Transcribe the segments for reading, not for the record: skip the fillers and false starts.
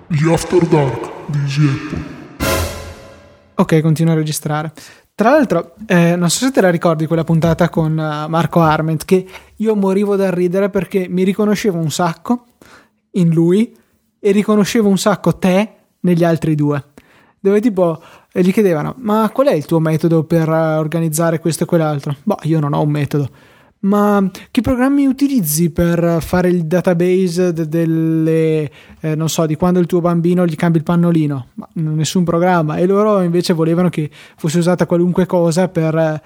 Gli After Dark di Easy Apple. Ok, continuo a registrare. Tra l'altro, non so se te la ricordi quella puntata con Marco Arment, che io morivo dal ridere perché mi riconoscevo un sacco in lui e riconoscevo un sacco te negli altri due. Dove tipo gli chiedevano: ma qual è il tuo metodo per organizzare questo e quell'altro? Boh, io non ho un metodo. Ma che programmi utilizzi per fare il database delle non so, di quando il tuo bambino gli cambi il pannolino? Ma nessun programma. E loro invece volevano che fosse usata qualunque cosa per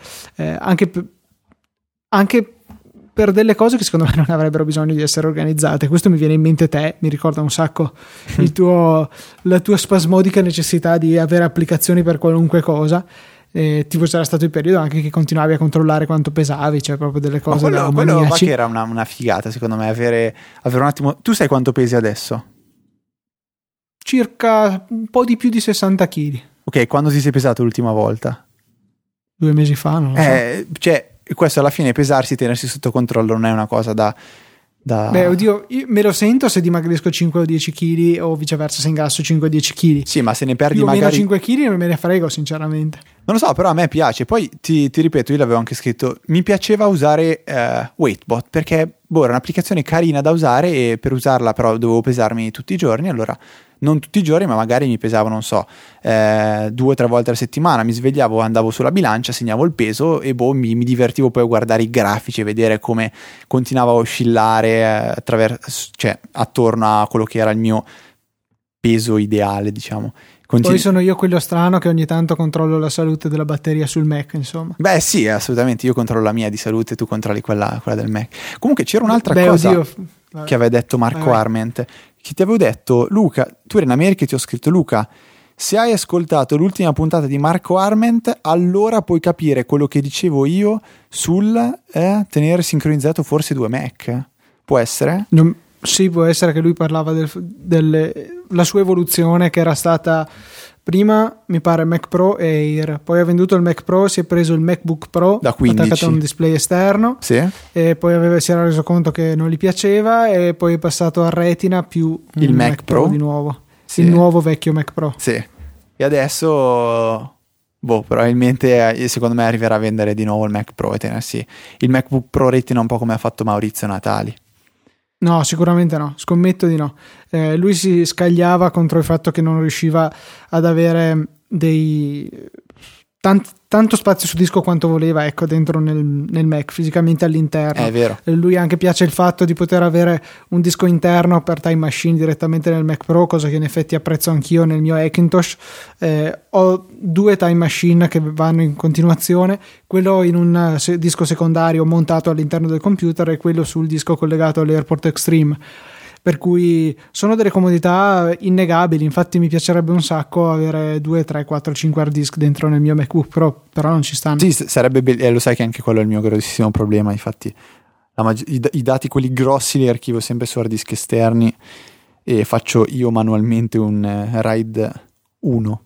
anche per delle cose che secondo me non avrebbero bisogno di essere organizzate. Questo mi viene in mente te, mi ricorda un sacco la tua spasmodica necessità di avere applicazioni per qualunque cosa. Tipo c'era stato il periodo anche che continuavi a controllare quanto pesavi, cioè proprio delle cose da quello maniaci. che era una figata secondo me avere un attimo. Tu sai quanto pesi adesso? Circa un po' di più di 60 kg. Ok, quando ti sei pesato l'ultima volta? 2 mesi fa, non lo so. Cioè questo alla fine, pesarsi, tenersi sotto controllo non è una cosa da... Beh, oddio, io me lo sento se dimagrisco 5 o 10 kg o viceversa se ingrasso 5 o 10 kg. Sì, ma se ne perdi più o magari... meno 5 kg non me ne frego sinceramente. Non lo so, però a me piace. Poi ti ripeto, io l'avevo anche scritto, mi piaceva usare Weightbot perché era un'applicazione carina da usare e per usarla però dovevo pesarmi tutti i giorni. Allora, non tutti i giorni, ma magari mi pesavo, non so, 2 o 3 volte alla settimana. Mi svegliavo, andavo sulla bilancia, segnavo il peso e mi divertivo poi a guardare i grafici e vedere come continuava a oscillare cioè, attorno a quello che era il mio peso ideale, diciamo. Poi sono io quello strano che ogni tanto controllo la salute della batteria sul Mac, insomma. Beh sì, assolutamente, io controllo la mia di salute, tu controlli quella del Mac. Comunque c'era un'altra cosa che aveva detto Marco Arment, che ti avevo detto: Luca, tu eri in America e ti ho scritto: Luca, se hai ascoltato l'ultima puntata di Marco Arment, allora puoi capire quello che dicevo io sul tenere sincronizzato forse 2 Mac. Può essere? Sì, può essere che lui parlava della sua evoluzione, che era stata prima, mi pare, Mac Pro e Air, poi ha venduto il Mac Pro, si è preso il MacBook Pro da 15, attaccato a un display esterno, sì. E poi si era reso conto che non gli piaceva e poi è passato a Retina più il Mac Pro di nuovo, sì. Il nuovo vecchio Mac Pro, sì. E adesso probabilmente secondo me arriverà a vendere di nuovo il Mac Pro e tenersi il MacBook Pro Retina, un po' come ha fatto Maurizio Natali. No, sicuramente no, scommetto di no. Lui si scagliava contro il fatto che non riusciva ad avere tanto spazio su disco quanto voleva, ecco, dentro nel Mac, fisicamente all'interno. È vero. Lui anche piace il fatto di poter avere un disco interno per Time Machine direttamente nel Mac Pro, cosa che in effetti apprezzo anch'io nel mio Hackintosh. Ho 2 Time Machine che vanno in continuazione, quello in un disco secondario montato all'interno del computer e quello sul disco collegato all'AirPort Extreme. Per cui sono delle comodità innegabili. Infatti mi piacerebbe un sacco avere 2, 3, 4, 5 hard disk dentro nel mio MacBook Pro, però non ci stanno. Sì, sarebbe bello, lo sai che anche quello è il mio grossissimo problema. Infatti i dati quelli grossi li archivo sempre su hard disk esterni e faccio io manualmente un RAID 1.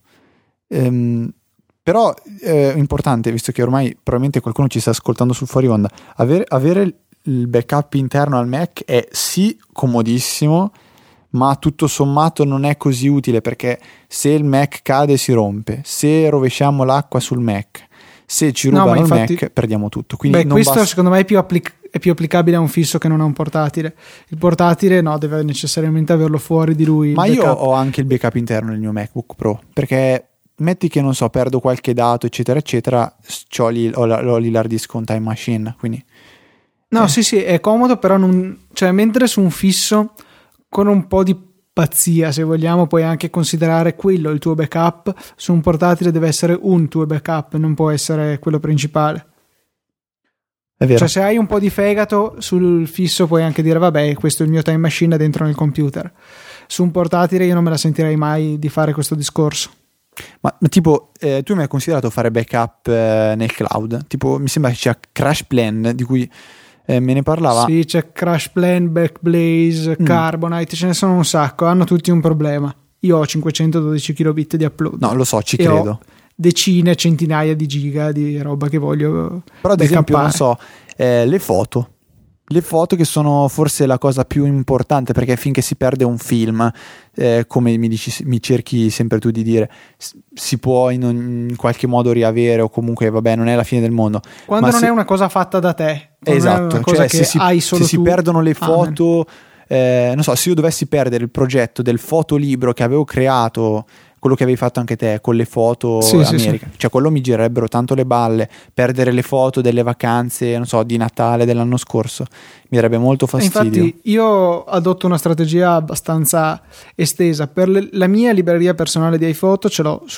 Però è importante, visto che ormai probabilmente qualcuno ci sta ascoltando sul fuori onda, avere il backup interno al Mac è sì comodissimo, ma tutto sommato non è così utile, perché se il Mac cade si rompe, se rovesciamo l'acqua sul Mac, se ci rubano il Mac perdiamo tutto. Quindi questo secondo me è più applicabile a un fisso che non a un portatile. Il portatile no, deve necessariamente averlo fuori di lui. Ma io ho anche il backup interno nel mio MacBook Pro, perché metti che non so, perdo qualche dato eccetera eccetera, ho l'hard disk con Time Machine, quindi no, sì, è comodo, però cioè, mentre su un fisso con un po' di pazzia, se vogliamo, puoi anche considerare quello il tuo backup. Su un portatile deve essere un tuo backup, non può essere quello principale. È vero. Cioè, se hai un po' di fegato sul fisso puoi anche dire vabbè, questo è il mio Time Machine dentro nel computer. Su un portatile io non me la sentirei mai di fare questo discorso. Ma tipo, tu mi hai considerato fare backup nel cloud? Tipo, mi sembra che c'è CrashPlan, di cui me ne parlava. Sì, c'è CrashPlan, Backblaze, Carbonite, ce ne sono un sacco, hanno tutti un problema. Io ho 512 kilobit di upload. No, lo so, ci credo. Ho decine, centinaia di giga di roba che voglio. Però ad esempio, non so, le foto. le foto, che sono forse la cosa più importante, perché finché si perde un film, come mi cerchi sempre tu di dire, si può in qualche modo riavere, o comunque vabbè, non è la fine del mondo. Quando non è una cosa fatta da te, esatto, non è una cosa che hai solo se tu. si perdono le foto, non so, se io dovessi perdere il progetto del fotolibro che avevo creato, quello che avevi fatto anche te con le foto America, cioè quello mi girerebbero tanto le balle. Perdere le foto delle vacanze, non so, di Natale dell'anno scorso, mi darebbe molto fastidio. Infatti io adotto una strategia abbastanza estesa. Per la mia libreria personale di iPhoto ce l'ho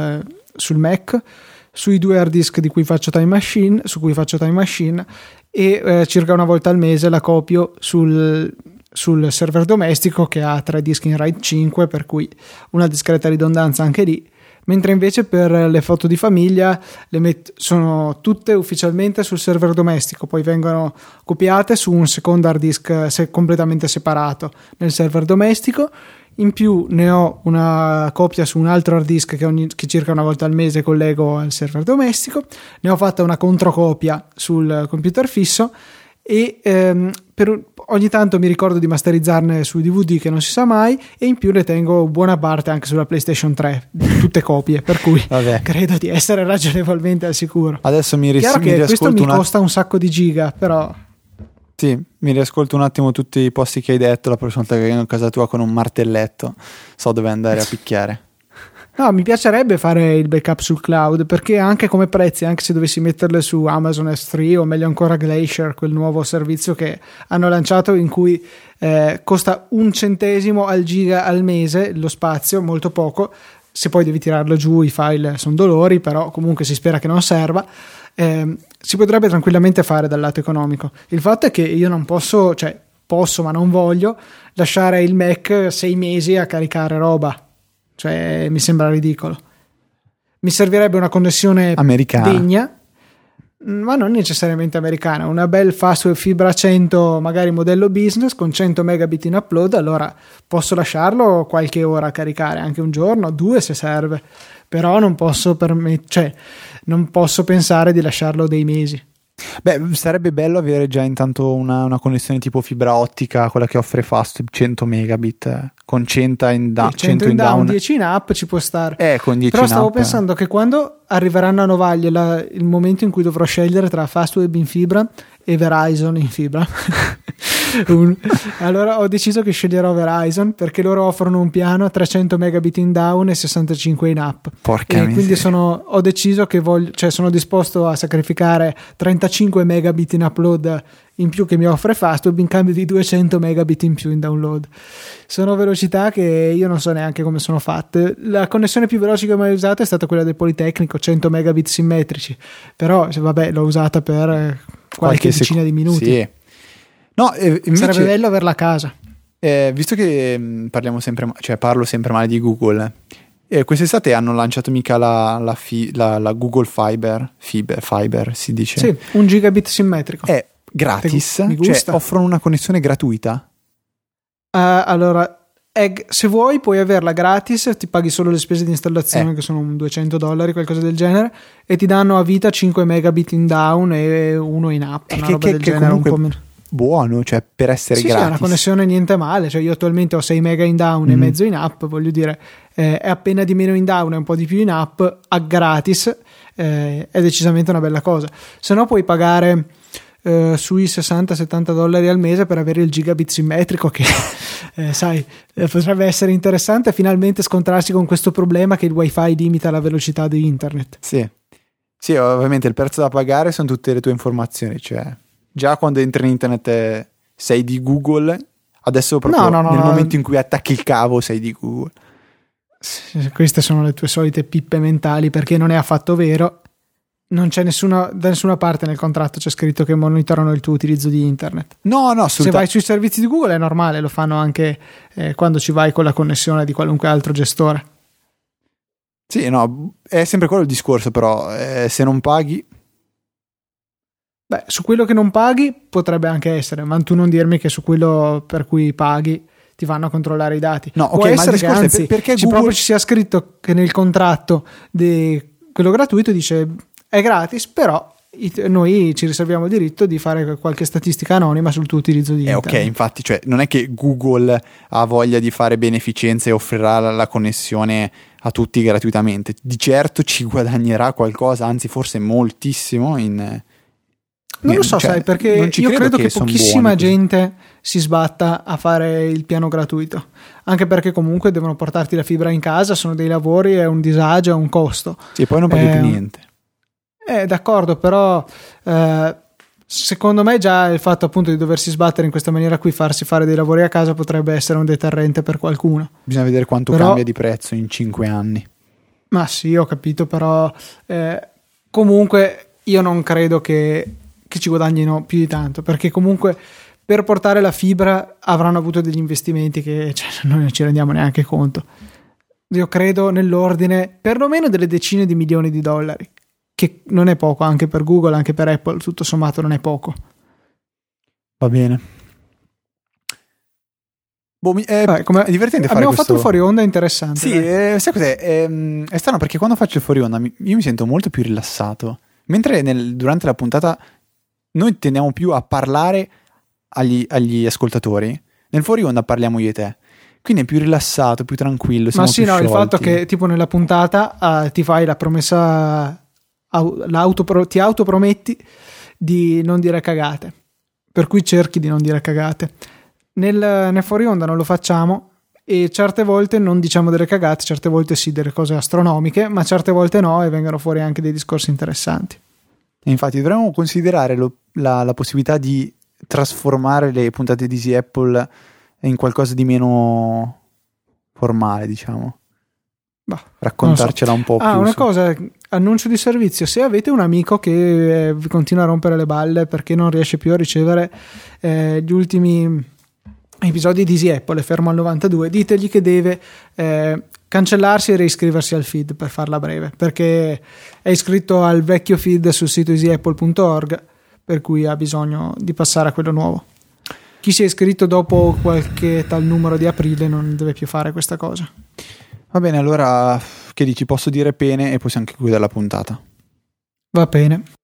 sul Mac, sui 2 hard disk su cui faccio Time Machine, e circa una volta al mese la copio sul server domestico, che ha 3 dischi in RAID 5, per cui una discreta ridondanza anche lì. Mentre invece per le foto di famiglia sono tutte ufficialmente sul server domestico, poi vengono copiate su un secondo hard disk completamente separato nel server domestico. In più ne ho una copia su un altro hard disk che circa una volta al mese collego al server domestico. Ne ho fatta una controcopia sul computer fisso, e ogni tanto mi ricordo di masterizzarne sui DVD, che non si sa mai, e in più ne tengo buona parte anche sulla PlayStation 3, tutte copie, per cui credo di essere ragionevolmente al sicuro. Adesso chiaro che questo mi costa un sacco di giga, però sì, mi riascolto un attimo tutti i posti che hai detto. La prossima volta che vengo a casa tua con un martelletto so dove andare a picchiare. No, mi piacerebbe fare il backup sul cloud, perché anche come prezzi, anche se dovessi metterle su Amazon S3 o meglio ancora Glacier, quel nuovo servizio che hanno lanciato, in cui costa 1 centesimo al giga al mese lo spazio, molto poco. Se poi devi tirarlo giù i file sono dolori, però comunque si spera che non serva. Si potrebbe tranquillamente fare dal lato economico. Il fatto è che io non posso, cioè posso ma non voglio lasciare il Mac 6 mesi a caricare roba. Cioè, mi sembra ridicolo. Mi servirebbe una connessione americana, degna, ma non necessariamente americana, una bel fast fibra 100, magari modello business, con 100 megabit in upload. Allora posso lasciarlo qualche ora a caricare, anche un giorno, 2 se serve, però non posso non posso pensare di lasciarlo dei mesi. Beh, sarebbe bello avere già intanto una connessione tipo fibra ottica, quella che offre fast 100 megabit con 100 in down, 10 in up ci può stare. Con 10 però in stavo up, pensando che quando arriveranno a novaglia il momento in cui dovrò scegliere tra Fastweb in fibra e Verizon in fibra allora ho deciso che sceglierò Verizon, perché loro offrono un piano a 300 megabit in down e 65 in up. Porca e quindi ho deciso che sono disposto a sacrificare 35 megabit in upload in più che mi offre Fastweb in cambio di 200 megabit in più in download. Sono velocità che io non so neanche come sono fatte. La connessione più veloce che ho mai usato è stata quella del Politecnico, 100 megabit simmetrici, però vabbè, l'ho usata per qualche decina di minuti. Sì. No, invece, sarebbe bello averla a casa. Visto che parlo sempre male di Google, quest'estate hanno lanciato mica la Google Fiber si dice? Sì, 1 gigabit simmetrico. È gratis, cioè offrono una connessione gratuita. Allora, se vuoi puoi averla gratis, ti paghi solo le spese di installazione che sono $200, qualcosa del genere, e ti danno a vita 5 megabit in down e 1 in up, una roba del genere, un po' meno. Buono, cioè per essere gratis. Sì, è una connessione niente male, cioè io attualmente ho 6 mega in down e mezzo in up, voglio dire, è appena di meno in down e un po' di più in up a gratis, è decisamente una bella cosa. Se no puoi pagare sui $60-70 al mese per avere il gigabit simmetrico, che sai, potrebbe essere interessante finalmente scontrarsi con questo problema che il wifi limita la velocità di internet. Sì, ovviamente il prezzo da pagare sono tutte le tue informazioni, cioè già quando entri in internet sei di Google, adesso proprio nel momento in cui attacchi il cavo sei di Google. Queste sono le tue solite pippe mentali, perché non è affatto vero. Non c'è da nessuna parte nel contratto c'è scritto che monitorano il tuo utilizzo di internet. No, se vai sui servizi di Google è normale, lo fanno anche quando ci vai con la connessione di qualunque altro gestore. Sì, no, è sempre quello il discorso, però se non paghi. Beh, su quello che non paghi potrebbe anche essere, ma tu non dirmi che su quello per cui paghi ti vanno a controllare i dati. No, può essere che anzi perché Google... proprio ci sia scritto che nel contratto di quello gratuito dice è gratis, però noi ci riserviamo il diritto di fare qualche statistica anonima sul tuo utilizzo di internet. Ok, infatti, cioè, non è che Google ha voglia di fare beneficenza e offrirà la connessione a tutti gratuitamente. Di certo ci guadagnerà qualcosa, anzi forse moltissimo in... Non lo so, cioè, sai, perché io credo che pochissima gente si sbatta a fare il piano gratuito, anche perché comunque devono portarti la fibra in casa, sono dei lavori, è un disagio, è un costo. Sì, poi non paghi più niente. D'accordo, però secondo me già il fatto appunto di doversi sbattere in questa maniera qui, farsi fare dei lavori a casa, potrebbe essere un deterrente per qualcuno. Bisogna vedere quanto cambia di prezzo in 5 anni. Ma sì, ho capito, però comunque io non credo che ci guadagnino più di tanto, perché comunque per portare la fibra avranno avuto degli investimenti che noi non ci rendiamo neanche conto. Io credo nell'ordine perlomeno delle decine di milioni di dollari, che non è poco, anche per Google, anche per Apple, tutto sommato non è poco. Va bene. È divertente fare abbiamo questo. fatto il fuori onda, interessante. Sì, sai cos'è? È strano perché quando faccio il fuori onda io mi sento molto più rilassato, mentre durante la puntata noi tendiamo più a parlare agli ascoltatori. Nel fuori onda parliamo io e te, quindi è più rilassato, più tranquillo. Ma sì, più no, sciolti. il fatto che tipo nella puntata ti fai la promessa, ti autoprometti di non dire cagate, per cui cerchi di non dire cagate. Nel fuori onda non lo facciamo e certe volte non diciamo delle cagate, certe volte sì, delle cose astronomiche, ma certe volte no, e vengono fuori anche dei discorsi interessanti. E infatti dovremmo considerare la possibilità di trasformare le puntate di Easy Apple in qualcosa di meno formale, diciamo. Bah, raccontarcela un po' più. Una cosa, annuncio di servizio: se avete un amico che vi continua a rompere le balle perché non riesce più a ricevere gli ultimi episodi di Easy Apple, è fermo al 92, ditegli che deve cancellarsi e reiscriversi al feed, per farla breve, perché è iscritto al vecchio feed sul sito easyapple.org, per cui ha bisogno di passare a quello nuovo. Chi si è iscritto dopo qualche tal numero di aprile non deve più fare questa cosa. Va bene, allora che dici? Posso dire pene e possiamo anche chiudere la puntata. Va bene.